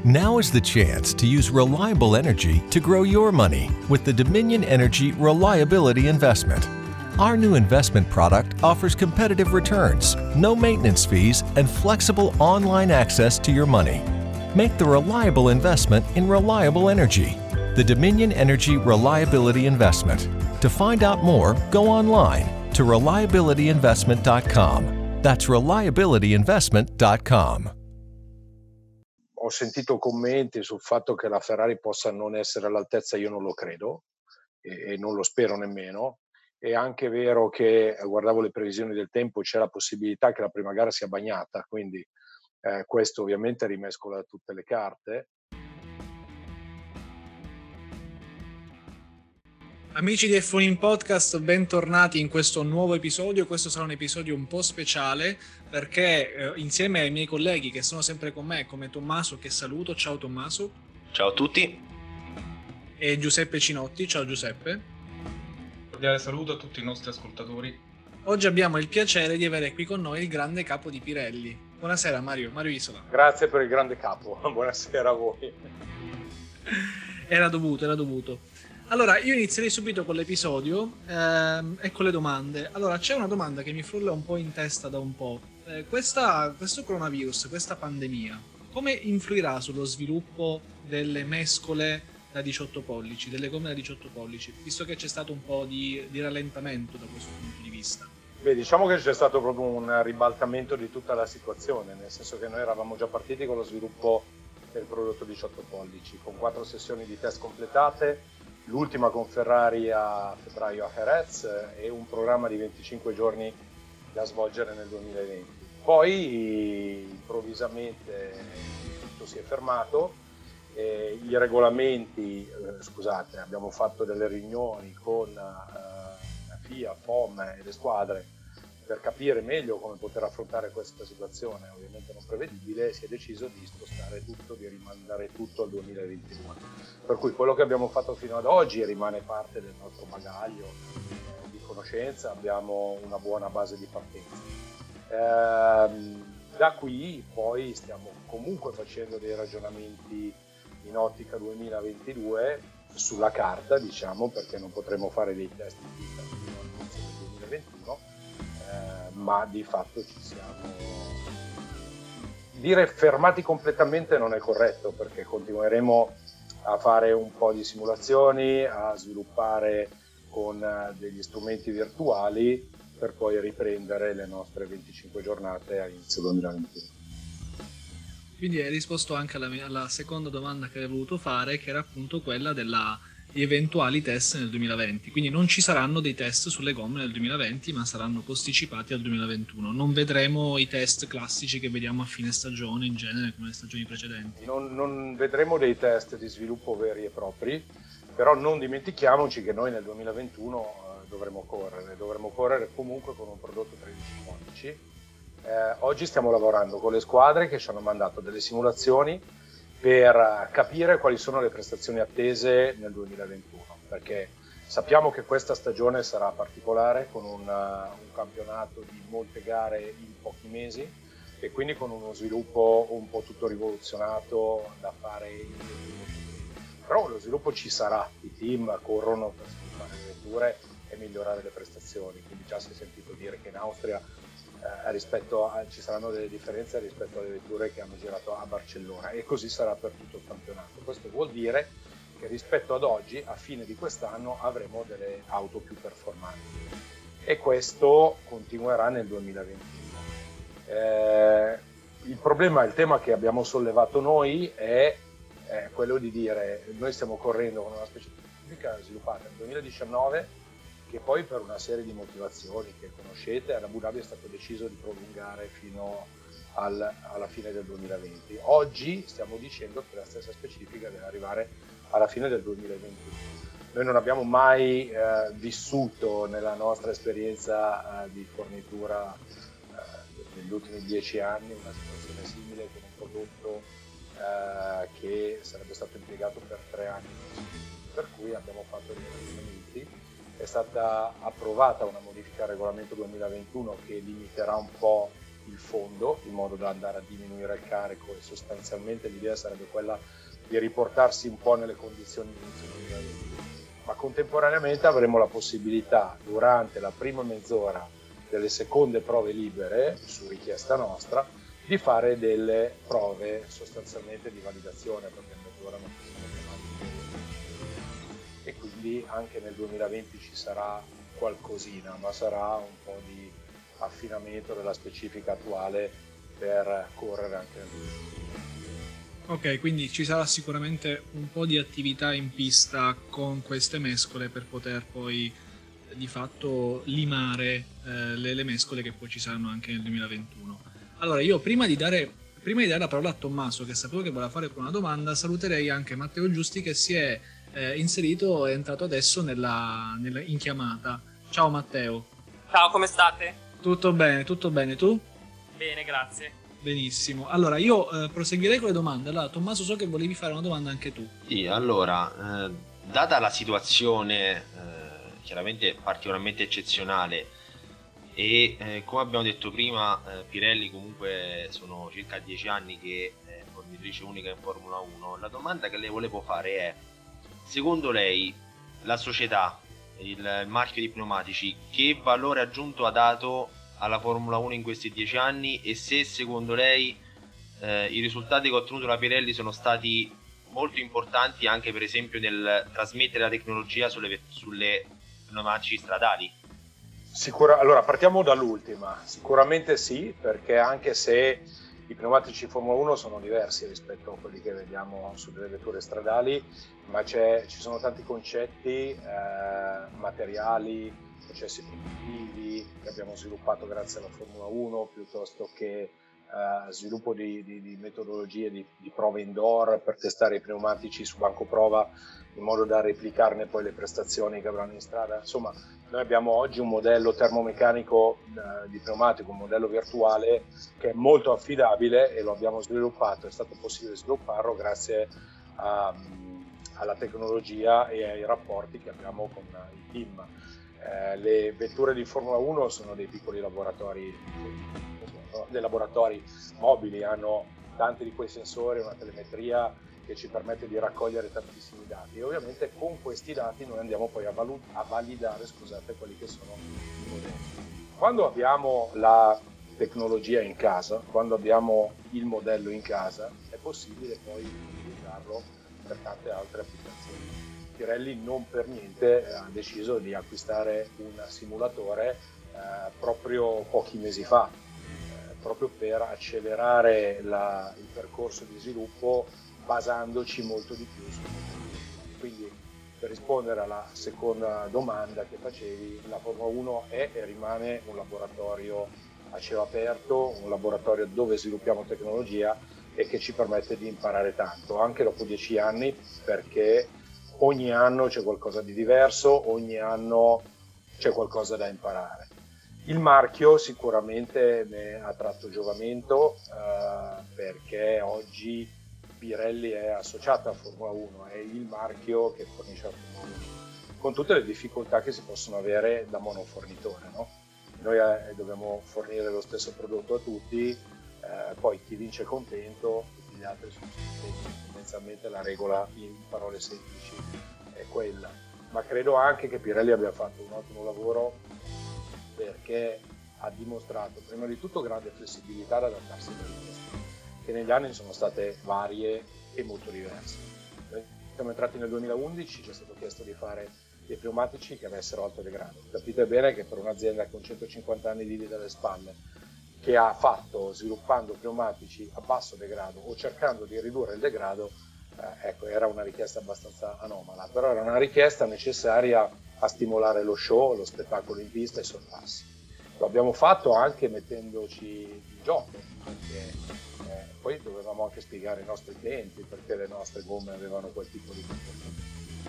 Now is the chance to use reliable energy to grow your money with the Dominion Energy Reliability Investment. Our new investment product offers competitive returns, no maintenance fees, and flexible online access to your money. Make the reliable investment in reliable energy. The Dominion Energy Reliability Investment. To find out more, go online to reliabilityinvestment.com. That's reliabilityinvestment.com. Ho sentito commenti sul fatto che la Ferrari possa non essere all'altezza, io non lo credo e non lo spero nemmeno. È anche vero che, guardavo le previsioni del tempo, c'è la possibilità che la prima gara sia bagnata, quindi questo ovviamente rimescola tutte le carte. Amici di F1 in Podcast, bentornati in questo nuovo episodio. Questo sarà un episodio un po' speciale perché insieme ai miei colleghi che sono sempre con me, come Tommaso, che saluto, ciao Tommaso. Ciao a tutti. E Giuseppe Cinotti, ciao Giuseppe. Cordiale saluto a tutti i nostri ascoltatori. Oggi abbiamo il piacere di avere qui con noi il grande capo di Pirelli. Buonasera Mario Isola. Grazie per il grande capo, buonasera a voi. Era dovuto. Allora, io inizierei subito con l'episodio e con le domande. Allora, c'è una domanda che mi frulla un po' in testa da un po'. Questo coronavirus, questa pandemia, come influirà sullo sviluppo delle mescole da 18 pollici, delle gomme da 18 pollici, visto che c'è stato un po' di rallentamento da questo punto di vista? Beh, diciamo che c'è stato proprio un ribaltamento di tutta la situazione, nel senso che noi eravamo già partiti con lo sviluppo del prodotto 18 pollici, con 4 sessioni di test completate, l'ultima con Ferrari a febbraio a Jerez e un programma di 25 giorni da svolgere nel 2020. Poi improvvisamente tutto si è fermato, i regolamenti, abbiamo fatto delle riunioni con FIA, FOM e le squadre per capire meglio come poter affrontare questa situazione ovviamente non prevedibile. Si è deciso di spostare tutto, di rimandare tutto al 2022, per cui quello che abbiamo fatto fino ad oggi rimane parte del nostro bagaglio di conoscenza, abbiamo una buona base di partenza. Da qui poi stiamo comunque facendo dei ragionamenti in ottica 2022 sulla carta, diciamo, perché non potremo fare dei test di vita fino all'inizio del 2021, ma di fatto ci siamo. Dire fermati completamente non è corretto, perché continueremo a fare un po' di simulazioni, a sviluppare con degli strumenti virtuali per poi riprendere le nostre 25 giornate all'inizio 2021. Quindi hai risposto anche alla seconda domanda che avevo voluto fare, che era appunto quella di eventuali test nel 2020. Quindi non ci saranno dei test sulle gomme nel 2020, ma saranno posticipati al 2021. Non vedremo i test classici che vediamo a fine stagione, in genere, come le stagioni precedenti. Non vedremo dei test di sviluppo veri e propri, però non dimentichiamoci che noi nel 2021 dovremo correre comunque con un prodotto 13 pollici. Oggi stiamo lavorando con le squadre che ci hanno mandato delle simulazioni per capire quali sono le prestazioni attese nel 2021, perché sappiamo che questa stagione sarà particolare, con un campionato di molte gare in pochi mesi e quindi con uno sviluppo un po' tutto rivoluzionato da fare in primo. Però lo sviluppo ci sarà, i team corrono per sviluppare le vetture e migliorare le prestazioni, quindi già si è sentito dire che in Austria ci saranno delle differenze rispetto alle vetture che hanno girato a Barcellona, e così sarà per tutto il campionato. Questo vuol dire che rispetto ad oggi, a fine di quest'anno, avremo delle auto più performanti, e questo continuerà nel 2021. Il tema che abbiamo sollevato noi è quello di dire: noi stiamo correndo con una specifica sviluppata nel 2019, che poi per una serie di motivazioni che conoscete ad Abu Dhabi è stato deciso di prolungare fino alla fine del 2020. Oggi stiamo dicendo che la stessa specifica deve arrivare alla fine del 2021. Noi non abbiamo mai vissuto nella nostra esperienza di fornitura negli ultimi 10 anni una situazione simile, con un prodotto che sarebbe stato impiegato per 3 anni, per cui abbiamo fatto dei ragionamenti. È stata approvata una modifica al regolamento 2021 che limiterà un po' il fondo in modo da andare a diminuire il carico, e sostanzialmente l'idea sarebbe quella di riportarsi un po' nelle condizioni di inizio 2020. Ma contemporaneamente avremo la possibilità, durante la prima mezz'ora delle seconde prove libere, su richiesta nostra, di fare delle prove sostanzialmente di validazione, perché in mezz'ora non possiamo chiamare. E quindi anche nel 2020 ci sarà qualcosina, ma sarà un po' di affinamento della specifica attuale per correre anche nel 2020. Ok, quindi ci sarà sicuramente un po' di attività in pista con queste mescole per poter poi di fatto limare le mescole che poi ci saranno anche nel 2021. Allora, io prima di dare la parola a Tommaso, che sapevo che voleva fare una domanda, saluterei anche Matteo Giusti, che si è inserito e è entrato adesso in chiamata. Ciao Matteo. Ciao, come state? Tutto bene, tu? Bene, grazie. Benissimo. Allora, io proseguirei con le domande. Allora, Tommaso, so che volevi fare una domanda anche tu. Sì, allora, data la situazione chiaramente particolarmente eccezionale e come abbiamo detto prima, Pirelli comunque sono circa 10 anni che è fornitrice unica in Formula 1, la domanda che le volevo fare è: secondo lei la società, il marchio di pneumatici, che valore aggiunto ha dato alla Formula 1 in questi 10 anni, e se secondo lei i risultati che ha ottenuto la Pirelli sono stati molto importanti anche per esempio nel trasmettere la tecnologia sulle pneumatici stradali? Allora, partiamo dall'ultima. Sicuramente sì, perché anche se i pneumatici Formula 1 sono diversi rispetto a quelli che vediamo sulle vetture stradali, ma ci sono tanti concetti materiali, processi produttivi che abbiamo sviluppato grazie alla Formula 1, piuttosto che sviluppo di metodologie di prove indoor per testare i pneumatici su banco prova in modo da replicarne poi le prestazioni che avranno in strada. Insomma, noi abbiamo oggi un modello termomeccanico di pneumatico, un modello virtuale che è molto affidabile, e lo abbiamo sviluppato, è stato possibile svilupparlo grazie alla tecnologia e ai rapporti che abbiamo con il team. Le vetture di Formula 1 sono dei piccoli laboratori, dei laboratori mobili, hanno tanti di quei sensori, una telemetria che ci permette di raccogliere tantissimi dati, e ovviamente con questi dati noi andiamo poi a validare quelli che sono i modelli. Quando abbiamo la tecnologia in casa, quando abbiamo il modello in casa, è possibile poi utilizzarlo per tante altre applicazioni. Pirelli non per niente ha deciso di acquistare un simulatore proprio pochi mesi fa, proprio per accelerare il percorso di sviluppo, basandoci molto di più su questo. Quindi, per rispondere alla seconda domanda che facevi, la Formula 1 è e rimane un laboratorio a cielo aperto, un laboratorio dove sviluppiamo tecnologia e che ci permette di imparare tanto, anche dopo 10 anni, perché ogni anno c'è qualcosa di diverso, ogni anno c'è qualcosa da imparare. Il marchio sicuramente ne ha tratto giovamento, perché oggi Pirelli è associata a Formula 1, è il marchio che fornisce a Formula 1, con tutte le difficoltà che si possono avere da monofornitore, no? Noi dobbiamo fornire lo stesso prodotto a tutti, poi chi vince è contento, tutti gli altri sono contenti. Tendenzialmente la regola, in parole semplici, è quella. Ma credo anche che Pirelli abbia fatto un ottimo lavoro, perché ha dimostrato prima di tutto grande flessibilità ad adattarsi alle richieste, che negli anni sono state varie e molto diverse. Noi siamo entrati nel 2011, ci è stato chiesto di fare dei pneumatici che avessero alto degrado. Capite bene che per un'azienda con 150 anni di vita alle spalle, che ha fatto sviluppando pneumatici a basso degrado o cercando di ridurre il degrado, ecco, era una richiesta abbastanza anomala, però era una richiesta necessaria a stimolare lo show, lo spettacolo in pista e i sorpassi. Lo abbiamo fatto anche mettendoci in gioco, perché poi dovevamo anche spiegare ai nostri clienti perché le nostre gomme avevano quel tipo di comportamento.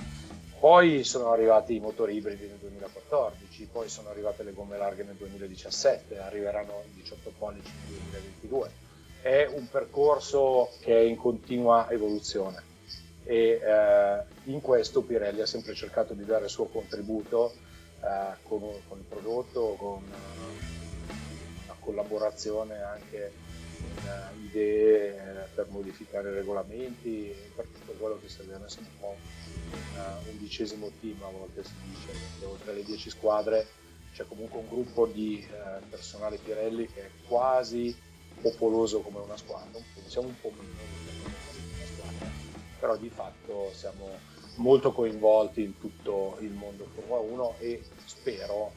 Poi sono arrivati i motori ibridi nel 2014, poi sono arrivate le gomme larghe nel 2017, arriveranno i 18 pollici nel 2022. È un percorso che è in continua evoluzione, e in questo Pirelli ha sempre cercato di dare il suo contributo con il prodotto, con la collaborazione anche in idee per modificare i regolamenti, per tutto quello che serve. Noi siamo un po' un 10° team, a volte si dice, perché oltre alle 10 squadre c'è comunque un gruppo di personale Pirelli che è quasi popoloso come una squadra, siamo un po' meno di una squadra, però di fatto siamo molto coinvolti in tutto il mondo Formula 1 e spero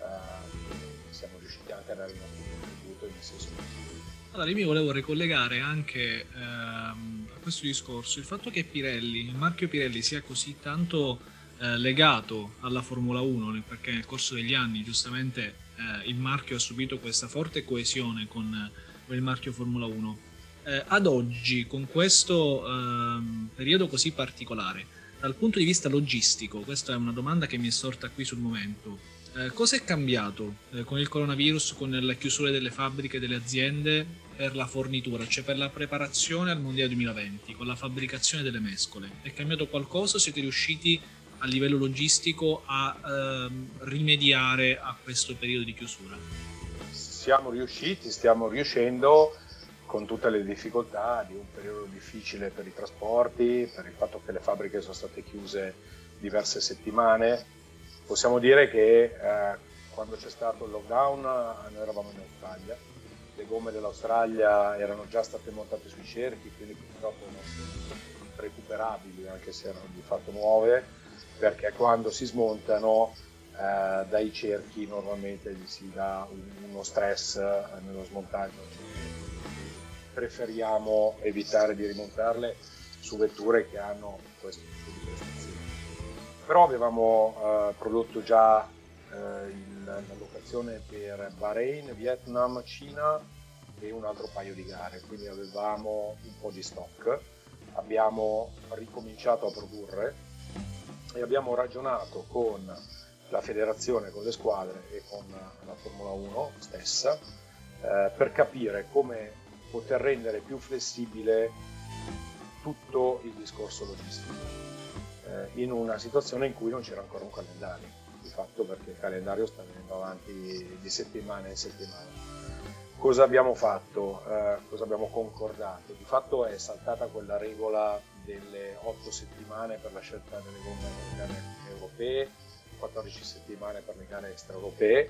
che siamo riusciti anche a dare il nostro contributo in senso positivo. Allora, io mi volevo ricollegare anche a questo discorso, il fatto che Pirelli, il marchio Pirelli sia così tanto legato alla Formula 1, perché nel corso degli anni giustamente il marchio ha subito questa forte coesione con il marchio Formula 1. Ad oggi, con questo periodo così particolare, dal punto di vista logistico, questa è una domanda che mi è sorta qui sul momento, cosa è cambiato con il coronavirus, con le chiusure delle fabbriche, delle aziende per la fornitura, cioè per la preparazione al Mondiale 2020, con la fabbricazione delle mescole? È cambiato qualcosa? Siete riusciti a livello logistico a rimediare a questo periodo di chiusura? Stiamo riuscendo con tutte le difficoltà di un periodo difficile per i trasporti, per il fatto che le fabbriche sono state chiuse diverse settimane. Possiamo dire che quando c'è stato il lockdown noi eravamo in Australia, le gomme dell'Australia erano già state montate sui cerchi, quindi purtroppo non sono recuperabili, anche se erano di fatto nuove, perché quando si smontano dai cerchi normalmente gli si dà uno stress nello smontaggio. Preferiamo evitare di rimontarle su vetture che hanno questo tipo di prestazioni. Però avevamo prodotto già la locazione per Bahrain, Vietnam, Cina e un altro paio di gare, quindi avevamo un po' di stock. Abbiamo ricominciato a produrre e abbiamo ragionato con la federazione, con le squadre e con la Formula 1 stessa per capire come poter rendere più flessibile tutto il discorso logistico in una situazione in cui non c'era ancora un calendario, di fatto, perché il calendario sta venendo avanti di settimana in settimana. Cosa abbiamo fatto? Cosa abbiamo concordato? Di fatto è saltata quella regola delle 8 settimane per la scelta delle gomme per le gare europee, 14 settimane per le gare extraeuropee,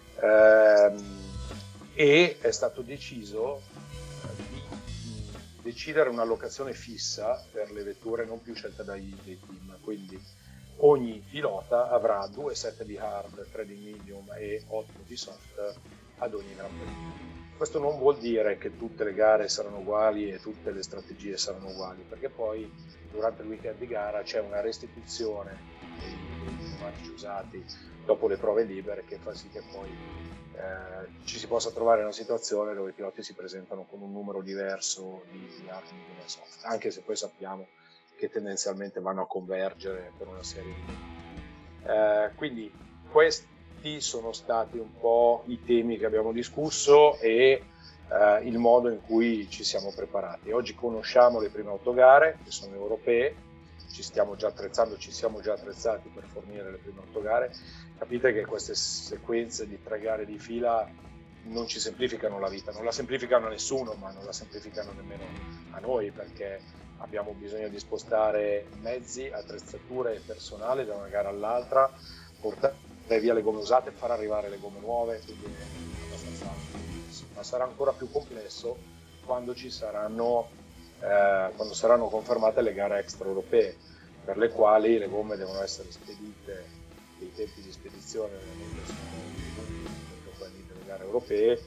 e è stato deciso di decidere un'allocazione fissa per le vetture non più scelte dai team, quindi ogni pilota avrà 2 set di hard, 3 di medium e 8 di soft ad ogni Gran Premio. Questo non vuol dire che tutte le gare saranno uguali e tutte le strategie saranno uguali, perché poi durante il weekend di gara c'è una restituzione dei pneumatici usati dopo le prove libere che fa sì che poi ci si possa trovare in una situazione dove i piloti si presentano con un numero diverso di hard, medium e soft, anche se poi sappiamo che tendenzialmente vanno a convergere per una serie di quindi questi sono stati un po' i temi che abbiamo discusso e il modo in cui ci siamo preparati. Oggi conosciamo le prime 8 gare che sono europee, ci stiamo già attrezzando, ci siamo già attrezzati per fornire le prime 8 gare. Capite che queste sequenze di 3 gare di fila non ci semplificano la vita, non la semplificano a nessuno, ma non la semplificano nemmeno a noi, perché abbiamo bisogno di spostare mezzi, attrezzature e personale da una gara all'altra, portare via le gomme usate e far arrivare le gomme nuove, quindi è abbastanza complesso. Ma sarà ancora più complesso quando ci saranno quando saranno confermate le gare extraeuropee, per le quali le gomme devono essere spedite, i tempi di spedizione sono quelli delle gare europee,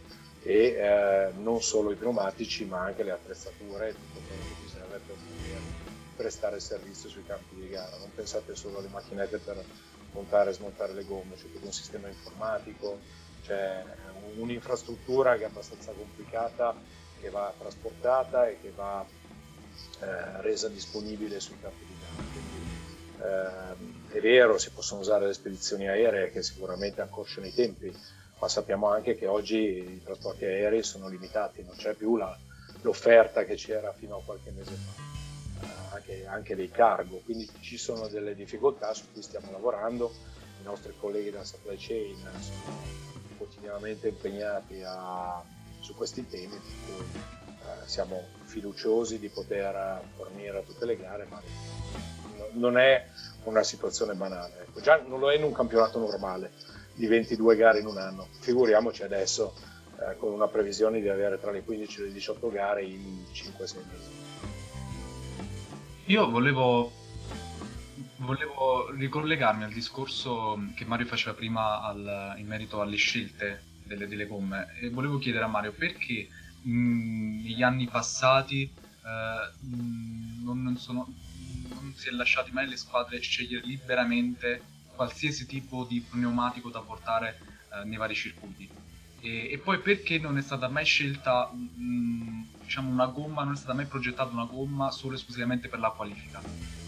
e non solo i pneumatici ma anche le attrezzature, tutto quello che ci serve per poter prestare servizio sui campi di gara. Non pensate solo alle macchinette per montare e smontare le gomme, c'è tutto un sistema informatico, c'è un'infrastruttura che è abbastanza complicata, che va trasportata e che va resa disponibile sui campi di gara. Quindi è vero, si possono usare le spedizioni aeree che sicuramente accorciano i tempi, ma sappiamo anche che oggi i trasporti aerei sono limitati, non c'è più l'offerta che c'era fino a qualche mese fa, anche dei cargo, quindi ci sono delle difficoltà su cui stiamo lavorando. I nostri colleghi della supply chain sono quotidianamente impegnati su questi temi, per cui siamo fiduciosi di poter fornire a tutte le gare, ma non è una situazione banale. Ecco, già non lo è in un campionato normale di 22 gare in un anno, figuriamoci adesso con una previsione di avere tra le 15 e le 18 gare in 5-6 mesi. Io volevo ricollegarmi al discorso che Mario faceva prima in merito alle scelte delle gomme, e volevo chiedere a Mario perché negli anni passati non si è lasciati mai le squadre scegliere liberamente qualsiasi tipo di pneumatico da portare nei vari circuiti, e poi perché non è stata mai scelta diciamo una gomma, non è stata mai progettata una gomma solo e esclusivamente per la qualifica?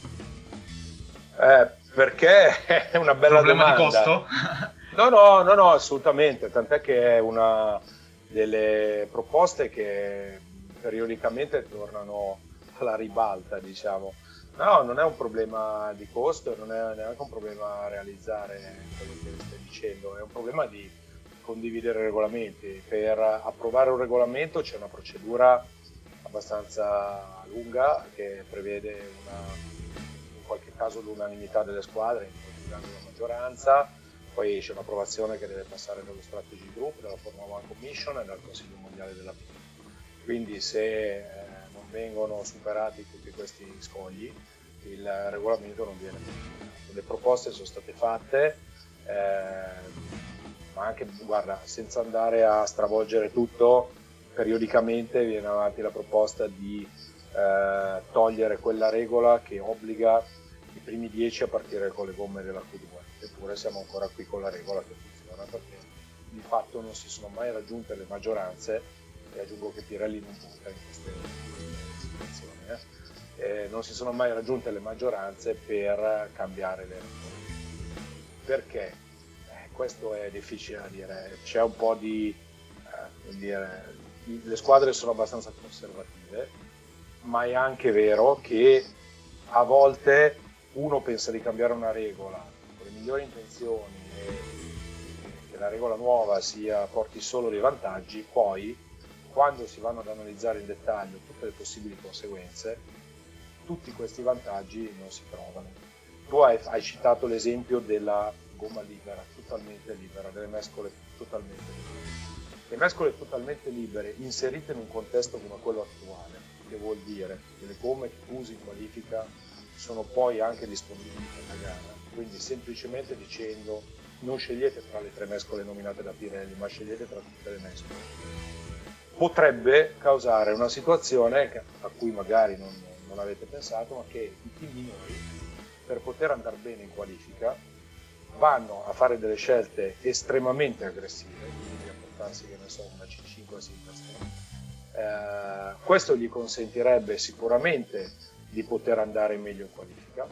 Perché è una bella problema domanda. Di costo? No, assolutamente, tant'è che è una delle proposte che periodicamente tornano alla ribalta, diciamo. No, non è un problema di costo, non è neanche un problema a realizzare quello che stai dicendo, è un problema di condividere regolamenti. Per approvare un regolamento c'è una procedura abbastanza lunga che prevede in qualche caso l'unanimità delle squadre, in qualche caso la maggioranza, poi c'è un'approvazione che deve passare dallo Strategy Group, dalla Formula One Commission e dal Consiglio Mondiale della FIA. Quindi se non vengono superati tutti questi scogli, il regolamento non viene fatto. Le proposte sono state fatte, ma anche, guarda, senza andare a stravolgere tutto, periodicamente viene avanti la proposta di togliere quella regola che obbliga i primi 10 a partire con le gomme della Q2, eppure siamo ancora qui con la regola che funziona, perché di fatto non si sono mai raggiunte le maggioranze, e aggiungo che Pirelli non vota in queste situazioni, non si sono mai raggiunte le maggioranze per cambiare le regole. Perché? Questo è difficile da dire, c'è un po' di le squadre sono abbastanza conservative, ma è anche vero che a volte uno pensa di cambiare una regola con le migliori intenzioni e che la regola nuova porti solo dei vantaggi, poi quando si vanno ad analizzare in dettaglio tutte le possibili conseguenze, tutti questi vantaggi non si trovano. Tu hai citato l'esempio della gomma libera, totalmente libera, delle mescole totalmente libere. Le mescole totalmente libere inserite in un contesto come quello attuale, che vuol dire che le gomme che tu usi in qualifica sono poi anche disponibili per la gara, quindi semplicemente dicendo non scegliete tra le 3 mescole nominate da Pirelli, ma scegliete tra tutte le mescole, potrebbe causare una situazione a cui magari non avete pensato, ma che i team minori, per poter andare bene in qualifica, vanno a fare delle scelte estremamente aggressive, quindi a portarsi, che ne so, una C5 a Silverstone. Questo gli consentirebbe sicuramente di poter andare meglio in qualifica,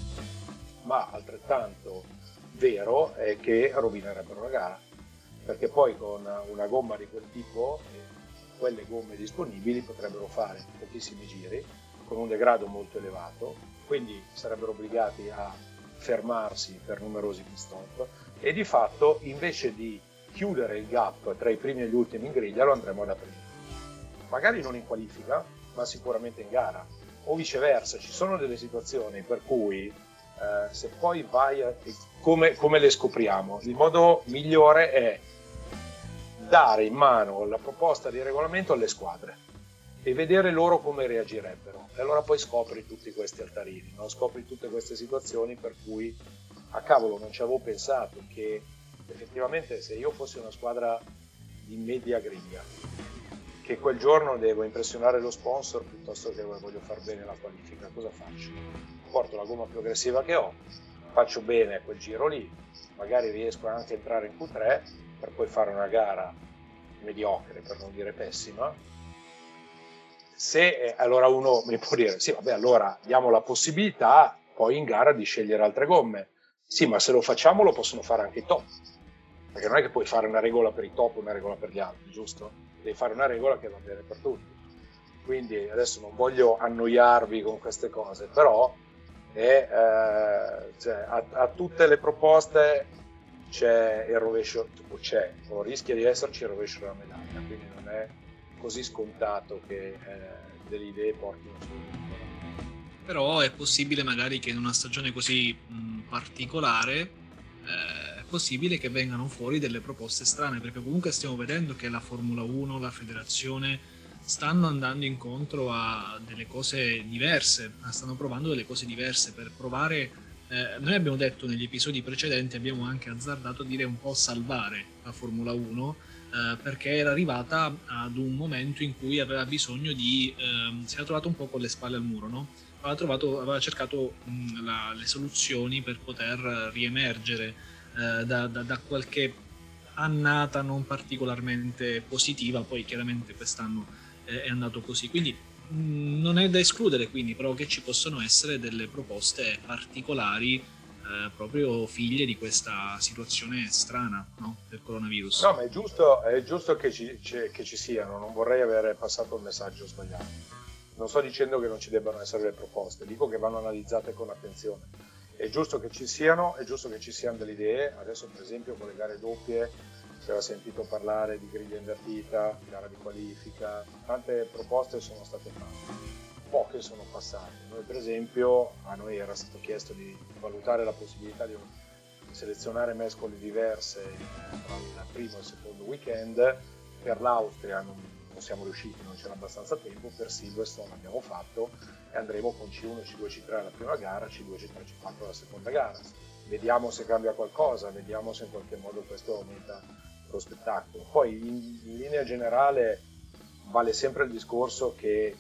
ma altrettanto vero è che rovinerebbero la gara, perché poi con una gomma di quel tipo, quelle gomme disponibili potrebbero fare pochissimi giri con un degrado molto elevato, quindi sarebbero obbligati a fermarsi per numerosi pit stop, e di fatto invece di chiudere il gap tra i primi e gli ultimi in griglia lo andremo ad aprire, magari non in qualifica ma sicuramente in gara, o viceversa. Ci sono delle situazioni per cui se poi vai come le scopriamo, il modo migliore è dare in mano la proposta di regolamento alle squadre e vedere loro come reagirebbero, e allora poi scopri tutti questi altarini, no? Scopri tutte queste situazioni per cui cavolo, non ci avevo pensato che effettivamente se io fossi una squadra di media griglia, che quel giorno devo impressionare lo sponsor piuttosto che voglio far bene la qualifica, cosa faccio? Porto la gomma più aggressiva che ho, faccio bene quel giro lì, magari riesco anche a entrare in Q3 per poi fare una gara mediocre, per non dire pessima. Se allora uno mi può dire sì, vabbè, allora diamo la possibilità poi in gara di scegliere altre gomme. Sì, ma se lo facciamo lo possono fare anche i top, perché non è che puoi fare una regola per i top e una regola per gli altri, giusto? Devi fare una regola che va bene per tutti. Quindi adesso non voglio annoiarvi con queste cose, però a tutte le proposte c'è il rovescio, o rischia di esserci il rovescio della medaglia, quindi non è così scontato che delle idee portino su. Però è possibile magari che in una stagione così particolare è possibile che vengano fuori delle proposte strane, perché comunque stiamo vedendo che la Formula 1, la federazione stanno andando incontro a delle cose diverse, stanno provando delle cose diverse per provare. Noi abbiamo detto negli episodi precedenti, abbiamo anche azzardato a dire un po' salvare la Formula 1 perché era arrivata ad un momento in cui aveva bisogno di si era trovato un po' con le spalle al muro, no? Aveva cercato le soluzioni per poter riemergere da qualche annata non particolarmente positiva. Poi chiaramente quest'anno è andato così, quindi non è da escludere quindi però che ci possono essere delle proposte particolari proprio figlie di questa situazione strana, no? Del coronavirus. No, ma è giusto che ci siano, non vorrei avere passato il messaggio sbagliato. Non sto dicendo che non ci debbano essere le proposte, dico che vanno analizzate con attenzione. È giusto che ci siano, è giusto che ci siano delle idee. Adesso per esempio con le gare doppie si era sentito parlare di griglia invertita, gara di qualifica, tante proposte sono state fatte, poche sono passate. Noi per esempio, a noi era stato chiesto di valutare la possibilità di selezionare mescole diverse tra il primo e il secondo weekend. Per l'Austria non siamo riusciti, non c'era abbastanza tempo. Per Silverstone l'abbiamo fatto e andremo con C1, C2, C3 alla prima gara, C2, C3, C4 alla seconda gara. Vediamo se cambia qualcosa, vediamo se in qualche modo questo aumenta lo spettacolo. Poi in linea generale vale sempre il discorso che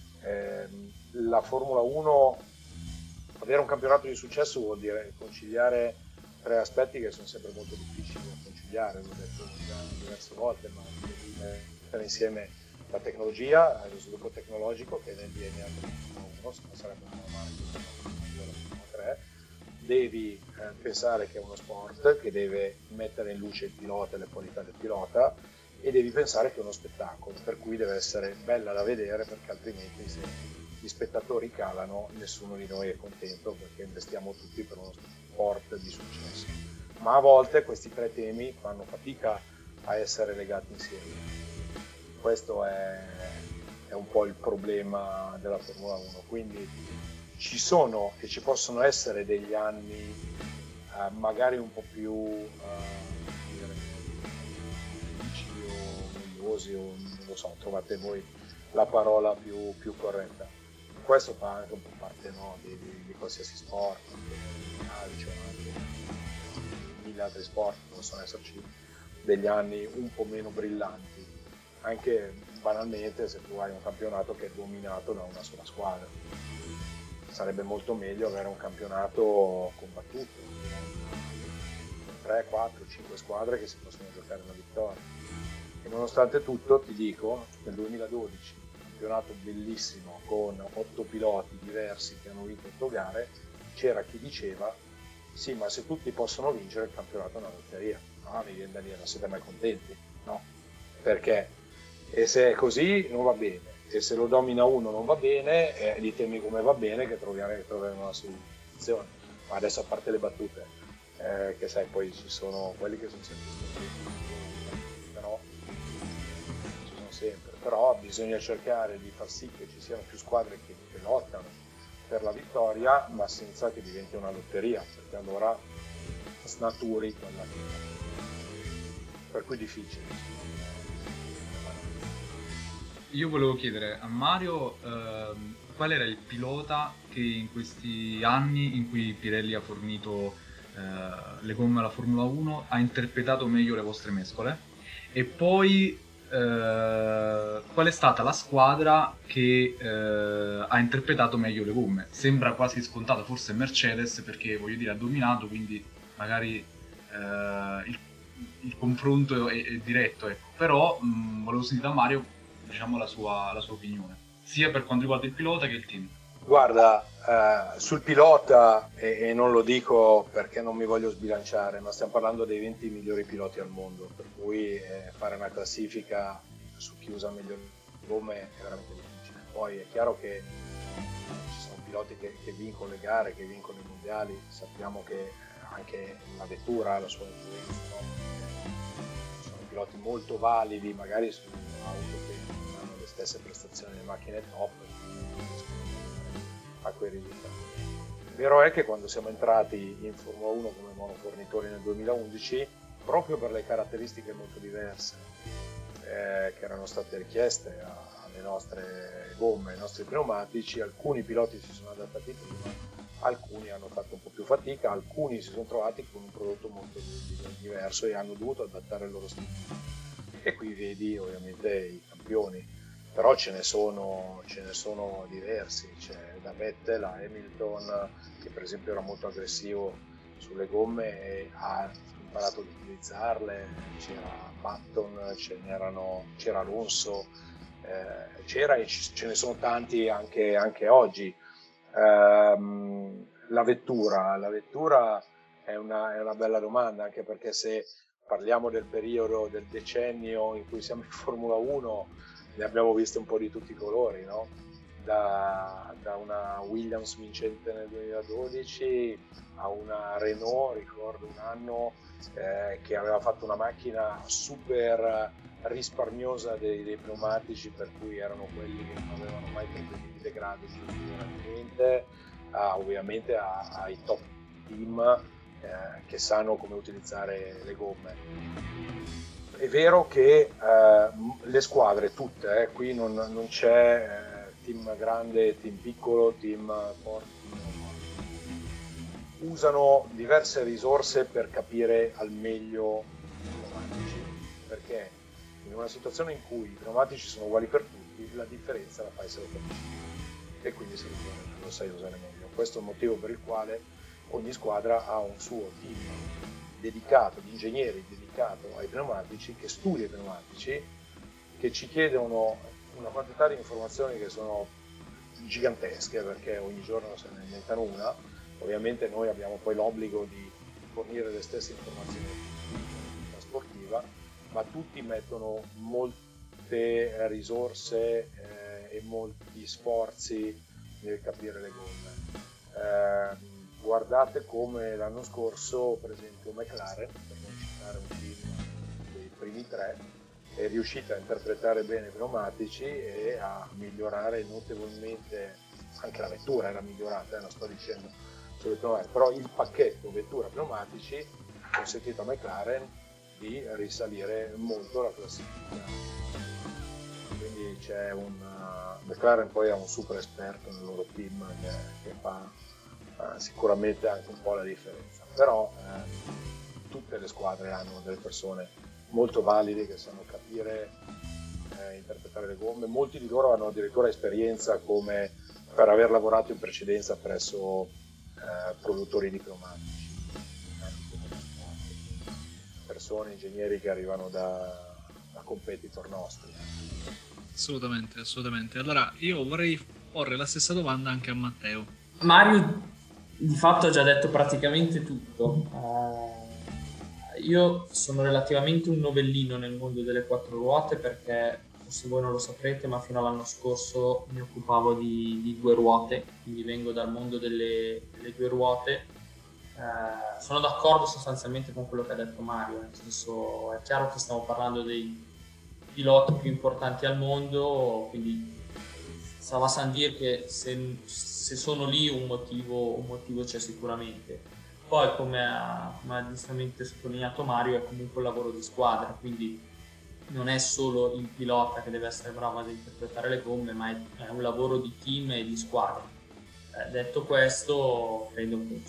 la Formula 1, avere un campionato di successo vuol dire conciliare tre aspetti che sono sempre molto difficili da conciliare, l'ho detto già diverse volte, ma mettere insieme la tecnologia, lo sviluppo tecnologico che è nel DNA della Formula 1, se non sarebbe normale la Formula 3. Devi pensare che è uno sport che deve mettere in luce il pilota e le qualità del pilota, e devi pensare che è uno spettacolo, per cui deve essere bella da vedere, perché altrimenti se gli spettatori calano nessuno di noi è contento, perché investiamo tutti per uno sport di successo. Ma a volte questi tre temi fanno fatica a essere legati insieme. Questo è un po' il problema della Formula 1, quindi ci sono e ci possono essere degli anni magari un po' più difficili o noiosi, o non lo so, trovate voi la parola più corretta. Questo fa anche un po' parte, no, di qualsiasi sport, anche calcio, anche mille altri sport, possono esserci degli anni un po' meno brillanti, anche banalmente se tu hai un campionato che è dominato da una sola squadra. Sarebbe molto meglio avere un campionato combattuto, 3, 4, 5 squadre che si possono giocare una vittoria. E nonostante tutto ti dico, nel 2012, un campionato bellissimo con 8 piloti diversi che hanno vinto 8 gare, c'era chi diceva sì, ma se tutti possono vincere il campionato è una lotteria. No, mi viene da dire, non siete mai contenti? No, perché? E se è così non va bene, e se lo domina uno non va bene, ditemi come va bene che troveremo una soluzione. Ma adesso, a parte le battute, che sai, poi ci sono quelli che sono sempre stati, però ci sono sempre, però bisogna cercare di far sì che ci siano più squadre che lottano per la vittoria, ma senza che diventi una lotteria, perché allora snaturi quella che è. Per cui difficile. Io volevo chiedere a Mario qual era il pilota che in questi anni in cui Pirelli ha fornito le gomme alla Formula 1 ha interpretato meglio le vostre mescole, e poi qual è stata la squadra che ha interpretato meglio le gomme. Sembra quasi scontato, forse Mercedes, perché voglio dire ha dominato, quindi magari il confronto è diretto, ecco. Però volevo sentire da Mario, diciamo, la sua opinione, sia per quanto riguarda il pilota che il team. Guarda, sul pilota, e non lo dico perché non mi voglio sbilanciare, ma stiamo parlando dei 20 migliori piloti al mondo, per cui fare una classifica su chi usa meglio le gomme è veramente difficile. Poi è chiaro che ci sono piloti che vincono le gare, che vincono i mondiali, sappiamo che anche la vettura ha la sua influenza, no? Ci sono piloti molto validi, magari su auto che non hanno le stesse prestazioni delle macchine top, a quei risultati. Vero è che quando siamo entrati in Formula 1 come monofornitori nel 2011, proprio per le caratteristiche molto diverse che erano state richieste alle nostre gomme, ai nostri pneumatici, alcuni piloti si sono adattati prima, alcuni hanno fatto un po' più fatica, alcuni si sono trovati con un prodotto molto diverso e hanno dovuto adattare il loro stile. E qui vedi ovviamente i campioni, però ce ne sono diversi, c'è da Vettel a Hamilton, che per esempio era molto aggressivo sulle gomme e ha imparato ad utilizzarle, c'era Button, c'era Alonso, c'era e ce ne sono tanti anche oggi. La vettura è una bella domanda, anche perché se parliamo del periodo del decennio in cui siamo in Formula 1, ne abbiamo viste un po' di tutti i colori, no? Da una Williams vincente nel 2012 a una Renault, ricordo un anno che aveva fatto una macchina super risparmiosa dei pneumatici, per cui erano quelli che non avevano mai problemi di degrado sicuramente, ovviamente ai top team che sanno come utilizzare le gomme. È vero che le squadre tutte, qui non c'è team grande, team piccolo, team forte, usano diverse risorse per capire al meglio i pneumatici, perché in una situazione in cui i pneumatici sono uguali per tutti, la differenza la fai se lo capisci e quindi lo sai usare meglio. Questo è il motivo per il quale ogni squadra ha un suo team dedicato, di ingegneri dedicato ai pneumatici, che studia i pneumatici, che ci chiedono una quantità di informazioni che sono gigantesche, perché ogni giorno se ne inventano una. Ovviamente noi abbiamo poi l'obbligo di fornire le stesse informazioni sportiva, ma tutti mettono molte risorse e molti sforzi nel capire le gomme. Guardate come l'anno scorso, per esempio, McLaren, per non citare un team dei primi tre, è riuscita a interpretare bene i pneumatici e a migliorare notevolmente, anche la vettura era migliorata, non sto dicendo solo i pneumatici, però il pacchetto vettura-pneumatici ha consentito a McLaren di risalire molto la classifica. Quindi c'è McLaren poi ha un super esperto nel loro team che fa sicuramente anche un po' la differenza, però tutte le squadre hanno delle persone molto valide che sanno capire, interpretare le gomme. Molti di loro hanno addirittura esperienza come per aver lavorato in precedenza presso produttori di pneumatici, persone, ingegneri che arrivano da competitor nostri. Assolutamente, assolutamente. Allora io vorrei porre la stessa domanda anche a Matteo. Mario di fatto ha già detto praticamente tutto. Io sono relativamente un novellino nel mondo delle quattro ruote, perché forse voi non lo saprete, ma fino all'anno scorso mi occupavo di due ruote, quindi vengo dal mondo delle due ruote. Sono d'accordo sostanzialmente con quello che ha detto Mario, nel senso è chiaro che stiamo parlando dei piloti più importanti al mondo, quindi ça va sans dire che se sono lì un motivo c'è sicuramente. Poi come ha giustamente sottolineato Mario, è comunque un lavoro di squadra, quindi non è solo il pilota che deve essere bravo ad interpretare le gomme, ma è un lavoro di team e di squadra. Detto questo, credo che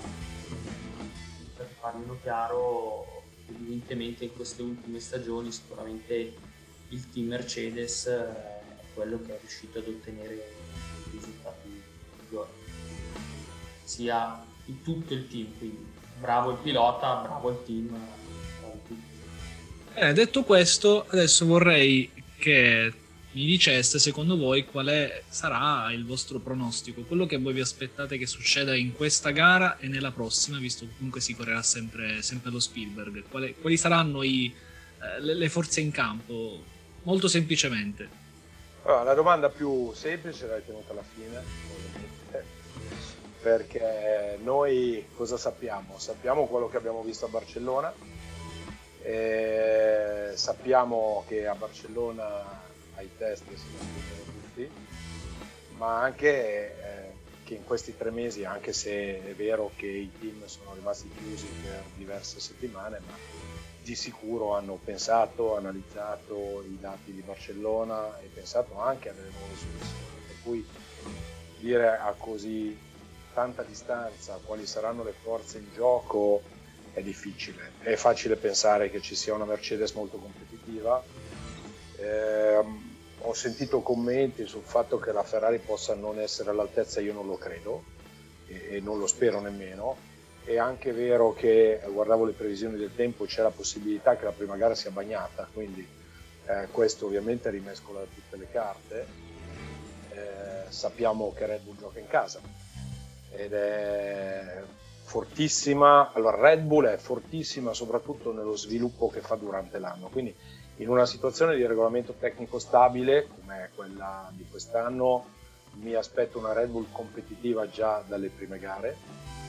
per farlo chiaro, evidentemente in queste ultime stagioni sicuramente il team Mercedes è quello che è riuscito ad ottenere i risultati migliori, sia in tutto il team, quindi bravo il pilota, bravo il team, bravo tutti. Detto questo, adesso vorrei che mi diceste secondo voi quale sarà il vostro pronostico, quello che voi vi aspettate che succeda in questa gara e nella prossima, visto che comunque si correrà sempre allo Spielberg. Quali saranno le forze in campo, molto semplicemente? Allora, la domanda più semplice l'hai tenuta alla fine, perché noi cosa sappiamo? Sappiamo quello che abbiamo visto a Barcellona, sappiamo che a Barcellona ai test si aspettano tutti, ma anche che in questi 3 mesi, anche se è vero che i team sono rimasti chiusi per diverse settimane, ma di sicuro hanno pensato, analizzato i dati di Barcellona e pensato anche alle nuove soluzioni, per cui dire a così tanta distanza quali saranno le forze in gioco è difficile. È facile pensare che ci sia una Mercedes molto competitiva. Ho sentito commenti sul fatto che la Ferrari possa non essere all'altezza, io non lo credo e non lo spero nemmeno. È anche vero che, guardavo le previsioni del tempo, c'è la possibilità che la prima gara sia bagnata, quindi questo ovviamente rimescola tutte le carte. Sappiamo che Red Bull gioca in casa ed è fortissima. Allora, Red Bull è fortissima soprattutto nello sviluppo che fa durante l'anno, quindi in una situazione di regolamento tecnico stabile come quella di quest'anno mi aspetto una Red Bull competitiva già dalle prime gare.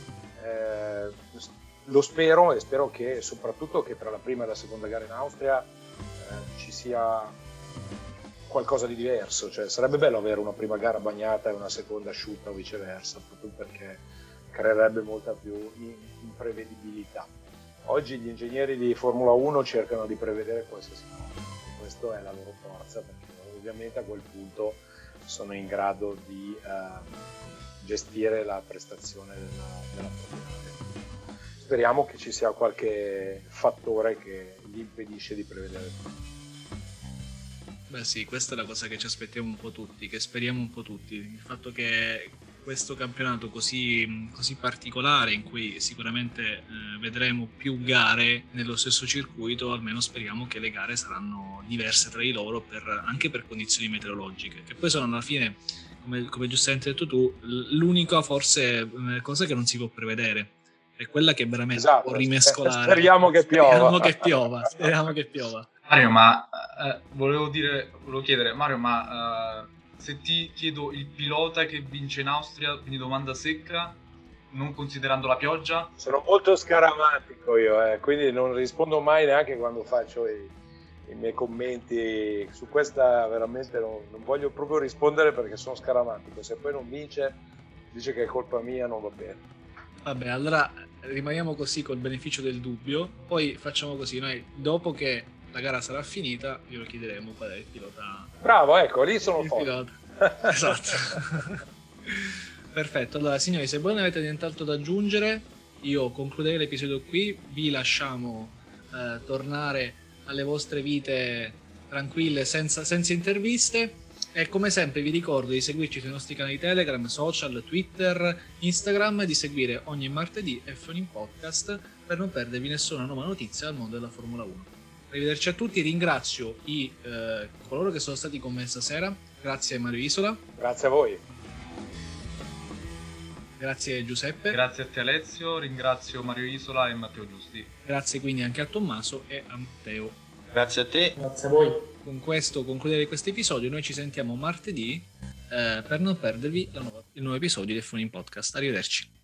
Lo spero, e spero che soprattutto che tra la prima e la seconda gara in Austria ci sia qualcosa di diverso, cioè sarebbe bello avere una prima gara bagnata e una seconda asciutta o viceversa, proprio perché creerebbe molta più imprevedibilità. Oggi gli ingegneri di Formula 1 cercano di prevedere qualsiasi cosa, e questa è la loro forza, perché ovviamente a quel punto sono in grado di gestire la prestazione della propria. Speriamo che ci sia qualche fattore che gli impedisce di prevedere tutto. Beh sì, questa è la cosa che ci aspettiamo un po' tutti, che speriamo un po' tutti, il fatto che questo campionato così particolare, in cui sicuramente vedremo più gare nello stesso circuito, almeno speriamo che le gare saranno diverse tra di loro anche per condizioni meteorologiche, che poi sono alla fine, come giustamente hai detto tu, l'unica forse cosa che non si può prevedere, è quella che veramente può rimescolare. Speriamo che piova. Speriamo che piova. Mario, ma volevo chiedere, Mario, ma se ti chiedo il pilota che vince in Austria, quindi domanda secca, non considerando la pioggia? Sono molto scaramantico io, quindi non rispondo mai neanche quando faccio i miei commenti su questa, veramente non voglio proprio rispondere perché sono scaramantico. Se poi non vince, dice che è colpa mia, non va bene. Vabbè, allora rimaniamo così col beneficio del dubbio, poi facciamo così, noi dopo che la gara sarà finita glielo chiederemo qual è il pilota. Bravo, ecco, lì sono forte. Esatto. Perfetto, allora signori, se voi non avete nient'altro da aggiungere, io concluderei l'episodio qui, vi lasciamo tornare alle vostre vite tranquille, senza interviste, e come sempre vi ricordo di seguirci sui nostri canali Telegram, social, Twitter, Instagram, e di seguire ogni martedì F1 in podcast per non perdervi nessuna nuova notizia dal mondo della Formula 1. Arrivederci a tutti, ringrazio coloro che sono stati con me stasera, grazie Mario Isola. Grazie a voi. Grazie Giuseppe. Grazie a te Alessio, ringrazio Mario Isola e Matteo Giusti. Grazie quindi anche a Tommaso e a Matteo. Grazie a te. Grazie a voi. Con questo concluderei questo episodio, noi ci sentiamo martedì per non perdervi il nuovo episodio di F1 in podcast. Arrivederci.